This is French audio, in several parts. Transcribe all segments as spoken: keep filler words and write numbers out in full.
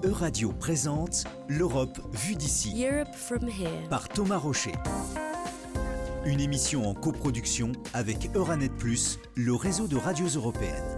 Euradio présente l'Europe vue d'ici Europe from here. par Thomas Rocher. Une émission en coproduction avec Euranet plus, le réseau de radios européennes.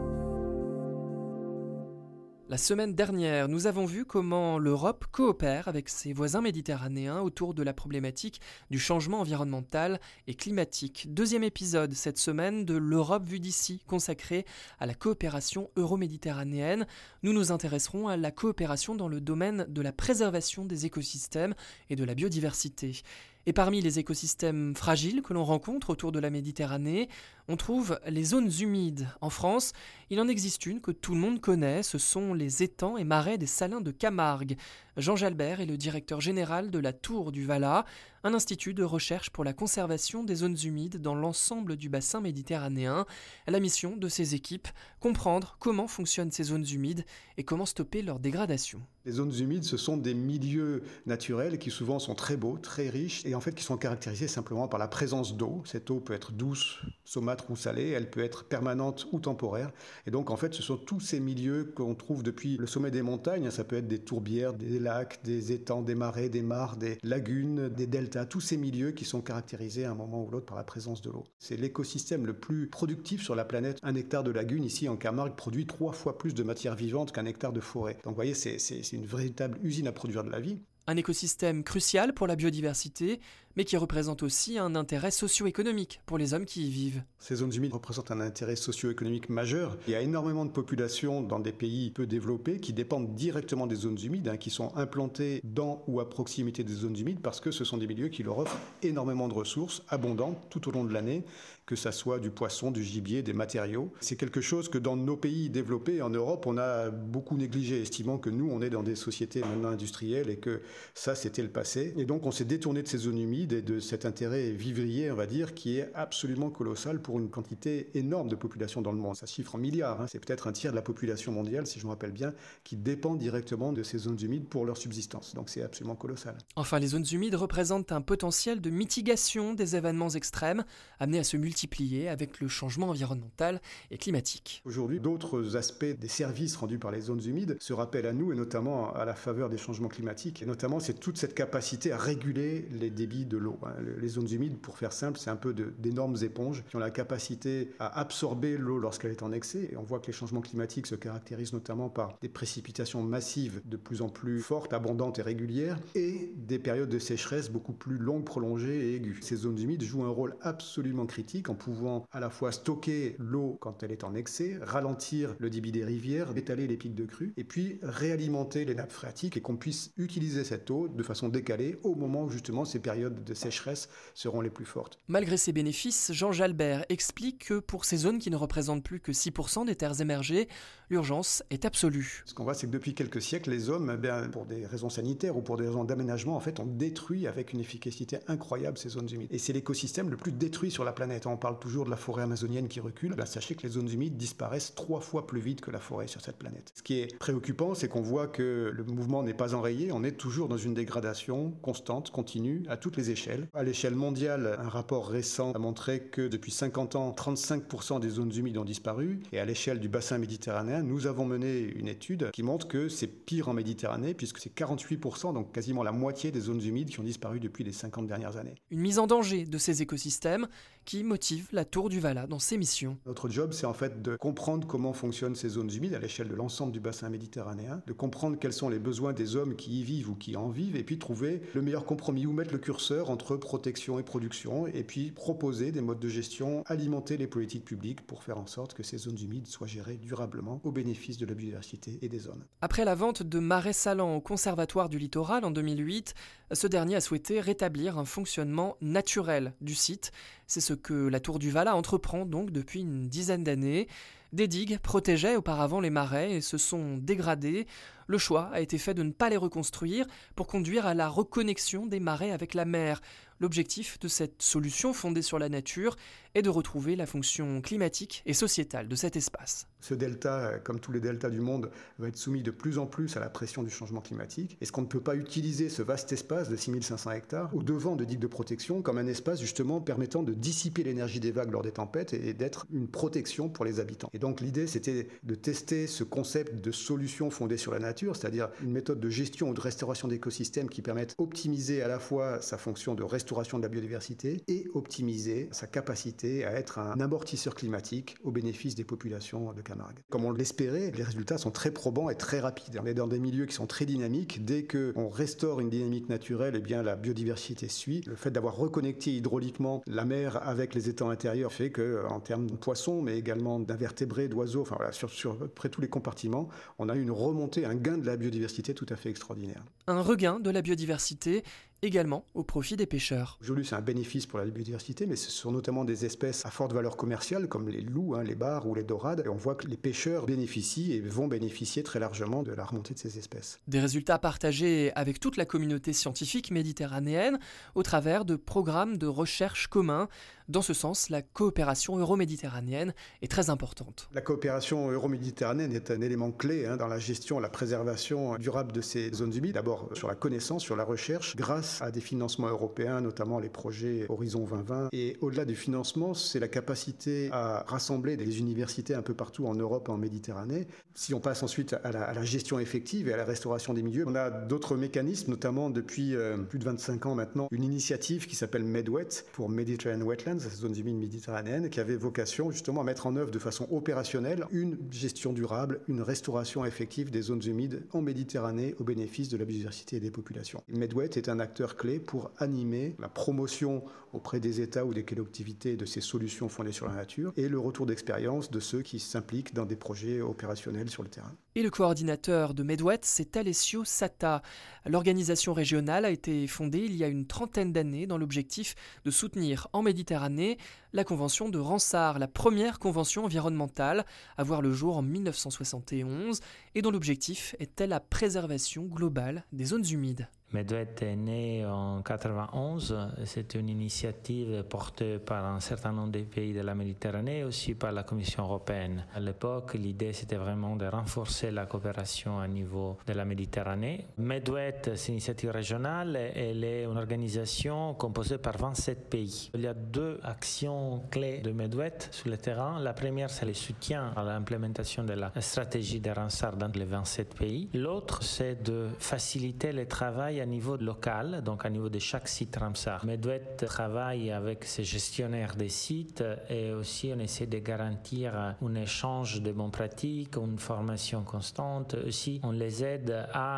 La semaine dernière, nous avons vu comment l'Europe coopère avec ses voisins méditerranéens autour de la problématique du changement environnemental et climatique. Deuxième épisode cette semaine de l'Europe vue d'ici, consacré à la coopération euro-méditerranéenne. Nous nous intéresserons à la coopération dans le domaine de la préservation des écosystèmes et de la biodiversité. Et parmi les écosystèmes fragiles que l'on rencontre autour de la Méditerranée, on trouve les zones humides. En France, il en existe une que tout le monde connaît, ce sont les étangs et marais des Salins de Camargue. Jean Jalbert est le directeur général de la Tour du Valat, un institut de recherche pour la conservation des zones humides dans l'ensemble du bassin méditerranéen. La mission de ces équipes, comprendre comment fonctionnent ces zones humides et comment stopper leur dégradation. Les zones humides, ce sont des milieux naturels qui souvent sont très beaux, très riches et en fait qui sont caractérisés simplement par la présence d'eau. Cette eau peut être douce, saumâtre ou salée, elle peut être permanente ou temporaire. Et donc en fait, ce sont tous ces milieux qu'on trouve depuis le sommet des montagnes. Ça peut être des tourbières, des lacs, des étangs, des marais, des mares, des lagunes, des deltas. Tous ces milieux qui sont caractérisés à un moment ou l'autre par la présence de l'eau. C'est l'écosystème le plus productif sur la planète. Un hectare de lagune ici en Camargue produit trois fois plus de matière vivante qu'un hectare de forêt. Donc vous voyez, c'est, c'est, c'est une véritable usine à produire de la vie. Un écosystème crucial pour la biodiversité, mais qui représente aussi un intérêt socio-économique pour les hommes qui y vivent. Ces zones humides représentent un intérêt socio-économique majeur. Il y a énormément de populations dans des pays peu développés qui dépendent directement des zones humides, hein, qui sont implantées dans ou à proximité des zones humides parce que ce sont des milieux qui leur offrent énormément de ressources abondantes tout au long de l'année, que ça soit du poisson, du gibier, des matériaux. C'est quelque chose que dans nos pays développés, en Europe, on a beaucoup négligé, estimant que nous, on est dans des sociétés maintenant industrielles et que ça, c'était le passé. Et donc, on s'est détourné de ces zones humides et de cet intérêt vivrier, on va dire, qui est absolument colossal pour une quantité énorme de population dans le monde. Ça se chiffre en milliards. Hein. C'est peut-être un tiers de la population mondiale, si je me rappelle bien, qui dépend directement de ces zones humides pour leur subsistance. Donc, c'est absolument colossal. Enfin, les zones humides représentent un potentiel de mitigation des événements extrêmes, amenés à se multiplier avec le changement environnemental et climatique. Aujourd'hui, d'autres aspects des services rendus par les zones humides se rappellent à nous, et notamment à la faveur des changements climatiques, et notamment c'est toute cette capacité à réguler les débits de l'eau. Les zones humides, pour faire simple, c'est un peu de, d'énormes éponges qui ont la capacité à absorber l'eau lorsqu'elle est en excès. Et on voit que les changements climatiques se caractérisent notamment par des précipitations massives de plus en plus fortes, abondantes et régulières, et des périodes de sécheresse beaucoup plus longues, prolongées et aiguës. Ces zones humides jouent un rôle absolument critique en pouvant à la fois stocker l'eau quand elle est en excès, ralentir le débit des rivières, étaler les pics de crue, et puis réalimenter les nappes phréatiques et qu'on puisse utiliser cette eau de façon décalée au moment où justement ces périodes de sécheresse seront les plus fortes. Malgré ces bénéfices, Jean Jalbert explique que pour ces zones qui ne représentent plus que six pour cent des terres émergées, l'urgence est absolue. Ce qu'on voit, c'est que depuis quelques siècles, les hommes, bien, pour des raisons sanitaires ou pour des raisons d'aménagement, en fait, ont détruit avec une efficacité incroyable ces zones humides. Et c'est l'écosystème le plus détruit sur la planète. On parle toujours de la forêt amazonienne qui recule. Ben, sachez que les zones humides disparaissent trois fois plus vite que la forêt sur cette planète. Ce qui est préoccupant, c'est qu'on voit que le mouvement n'est pas enrayé. On est toujours dans une dégradation constante, continue, à toutes les échelles. À l'échelle mondiale, un rapport récent a montré que depuis cinquante ans, trente-cinq pour cent des zones humides ont disparu. Et à l'échelle du bassin méditerranéen, nous avons mené une étude qui montre que c'est pire en Méditerranée, puisque c'est quarante-huit pour cent, donc quasiment la moitié des zones humides qui ont disparu depuis les cinquante dernières années. Une mise en danger de ces écosystèmes qui motive la Tour du Valat dans ses missions. Notre job, c'est en fait de comprendre comment fonctionnent ces zones humides à l'échelle de l'ensemble du bassin méditerranéen, de comprendre quels sont les besoins des hommes qui y vivent ou qui en vivent, et puis trouver le meilleur compromis ou mettre le curseur entre protection et production, et puis proposer des modes de gestion, alimenter les politiques publiques pour faire en sorte que ces zones humides soient gérées durablement au bénéfice de la biodiversité et des hommes. Après la vente de Marais Salants au Conservatoire du Littoral en deux mille huit, ce dernier a souhaité rétablir un fonctionnement naturel du site. C'est ce que la Tour du Valat entreprend donc depuis une dizaine d'années. Des digues protégeaient auparavant les marais et se sont dégradées. Le choix a été fait de ne pas les reconstruire pour conduire à la reconnexion des marais avec la mer. L'objectif de cette solution fondée sur la nature est de retrouver la fonction climatique et sociétale de cet espace. Ce delta, comme tous les deltas du monde, va être soumis de plus en plus à la pression du changement climatique. Est-ce qu'on ne peut pas utiliser ce vaste espace de six mille cinq cents hectares au devant de digues de protection comme un espace justement permettant de dissiper l'énergie des vagues lors des tempêtes et d'être une protection pour les habitants? Et donc l'idée, c'était de tester ce concept de solution fondée sur la nature, c'est-à-dire une méthode de gestion ou de restauration d'écosystèmes qui permette d'optimiser à la fois sa fonction de restauration de la biodiversité et optimiser sa capacité à être un amortisseur climatique au bénéfice des populations de Camargue. Comme on l'espérait, les résultats sont très probants et très rapides. On est dans des milieux qui sont très dynamiques. Dès qu'on restaure une dynamique naturelle, eh bien la biodiversité suit. Le fait d'avoir reconnecté hydrauliquement la mer avec les étangs intérieurs fait qu'en termes de poissons, mais également d'invertébrés, d'oiseaux, enfin voilà, sur, sur à peu près tous les compartiments, on a eu une remontée, un gain de la biodiversité tout à fait extraordinaire. Un regain de la biodiversité également au profit des pêcheurs. Aujourd'hui, c'est un bénéfice pour la biodiversité, mais ce sont notamment des espèces à forte valeur commerciale, comme les loups, hein, les bars ou les dorades. Et on voit que les pêcheurs bénéficient et vont bénéficier très largement de la remontée de ces espèces. Des résultats partagés avec toute la communauté scientifique méditerranéenne au travers de programmes de recherche communs. Dans ce sens, la coopération euro-méditerranéenne est très importante. La coopération euro-méditerranéenne est un élément clé hein, dans la gestion, la préservation durable de ces zones humides. D'abord sur la connaissance, sur la recherche, grâce à des financements européens, notamment les projets Horizon vingt vingt. Et au-delà du financement, c'est la capacité à rassembler des universités un peu partout en Europe et en Méditerranée. Si on passe ensuite à la, à la gestion effective et à la restauration des milieux, on a d'autres mécanismes, notamment depuis euh, plus de vingt-cinq ans maintenant, une initiative qui s'appelle MedWet pour Mediterranean Wetlands, zones humides méditerranéennes, qui avait vocation justement à mettre en œuvre de façon opérationnelle une gestion durable, une restauration effective des zones humides en Méditerranée au bénéfice de la biodiversité et des populations. MedWet est un acteur clé pour animer la promotion auprès des États ou des collectivités de ces solutions fondées sur la nature et le retour d'expérience de ceux qui s'impliquent dans des projets opérationnels sur le terrain. Et le coordinateur de MedWet, c'est Alessio Satta. L'organisation régionale a été fondée il y a une trentaine d'années dans l'objectif de soutenir en Méditerranée la convention de Ramsar, la première convention environnementale à voir le jour en dix-neuf cent soixante et onze et dont l'objectif était la préservation globale des zones humides. MedWet est né en quatre-vingt-onze. C'est une initiative portée par un certain nombre de pays de la Méditerranée et aussi par la Commission européenne. À l'époque, l'idée c'était vraiment de renforcer la coopération au niveau de la Méditerranée. MedWet, c'est une initiative régionale. Elle est une organisation composée par vingt-sept pays. Il y a deux actions clés de MedWet sur le terrain. La première, c'est le soutien à l'implémentation de la stratégie de Ramsar dans les vingt-sept pays. L'autre, c'est de faciliter le travail à niveau local, donc à niveau de chaque site Ramsar. MedWet travaille avec ses gestionnaires des sites et aussi on essaie de garantir un échange de bonnes pratiques, une formation constante. Aussi, on les aide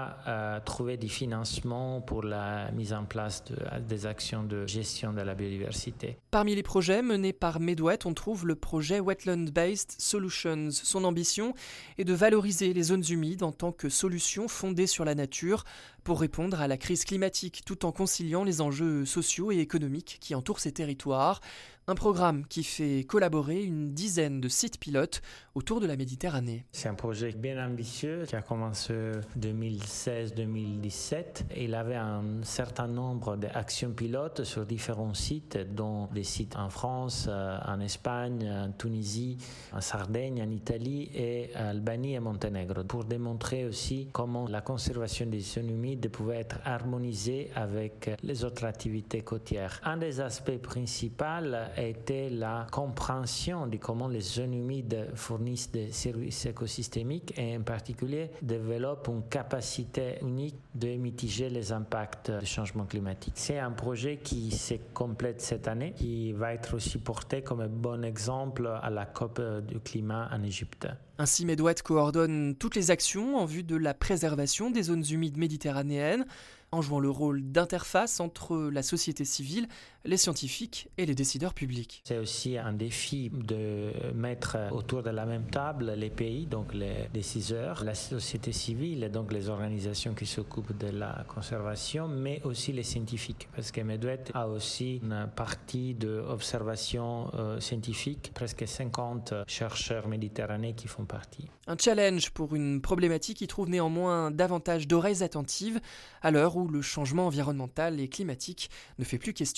à, à trouver du financement pour la mise en place de, des actions de gestion de la biodiversité. Parmi les projets menés par MedWet, on trouve le projet Wetland Based Solutions. Son ambition est de valoriser les zones humides en tant que solution fondée sur la nature pour répondre à la crise climatique tout en conciliant les enjeux sociaux et économiques qui entourent ces territoires. Un programme qui fait collaborer une dizaine de sites pilotes autour de la Méditerranée. C'est un projet bien ambitieux qui a commencé en deux mille seize deux mille dix-sept. Il avait un certain nombre d'actions pilotes sur différents sites, dont des sites en France, en Espagne, en Tunisie, en Sardaigne, en Italie et en Albanie et Monténégro, pour démontrer aussi comment la conservation des zones humides pouvait être harmonisée avec les autres activités côtières. Un des aspects principaux était la compréhension de comment les zones humides fournissent des services écosystémiques et en particulier développent une capacité unique de mitiger les impacts du changement climatique. C'est un projet qui se complète cette année, qui va être aussi porté comme un bon exemple à la COP du climat en Égypte. Ainsi, MedWet coordonne toutes les actions en vue de la préservation des zones humides méditerranéennes, en jouant le rôle d'interface entre la société civile, les scientifiques et les décideurs publics. C'est aussi un défi de mettre autour de la même table les pays, donc les décideurs, la société civile et donc les organisations qui s'occupent de la conservation, mais aussi les scientifiques, parce que MedWet a aussi une partie d'observation euh, scientifique, presque cinquante chercheurs méditerranéens qui font partie. Un challenge pour une problématique qui trouve néanmoins davantage d'oreilles attentives à l'heure où le changement environnemental et climatique ne fait plus question.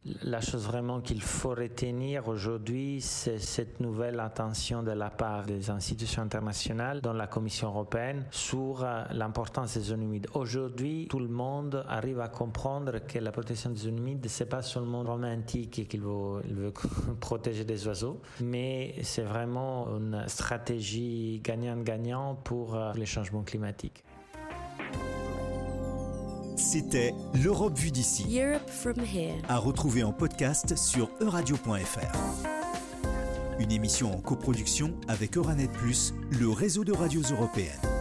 La chose vraiment qu'il faut retenir aujourd'hui, c'est cette nouvelle attention de la part des institutions internationales, dont la Commission européenne, sur l'importance des zones humides. Aujourd'hui, tout le monde arrive à comprendre que la protection des zones humides, ce n'est pas seulement romantique et qu'il veut, il veut protéger des oiseaux, mais c'est vraiment une stratégie gagnant-gagnant pour les changements climatiques. C'était l'Europe vue d'ici. Europe from here. À retrouver en podcast sur euradio point f r. Une émission en coproduction avec Euranet plus, le réseau de radios européennes.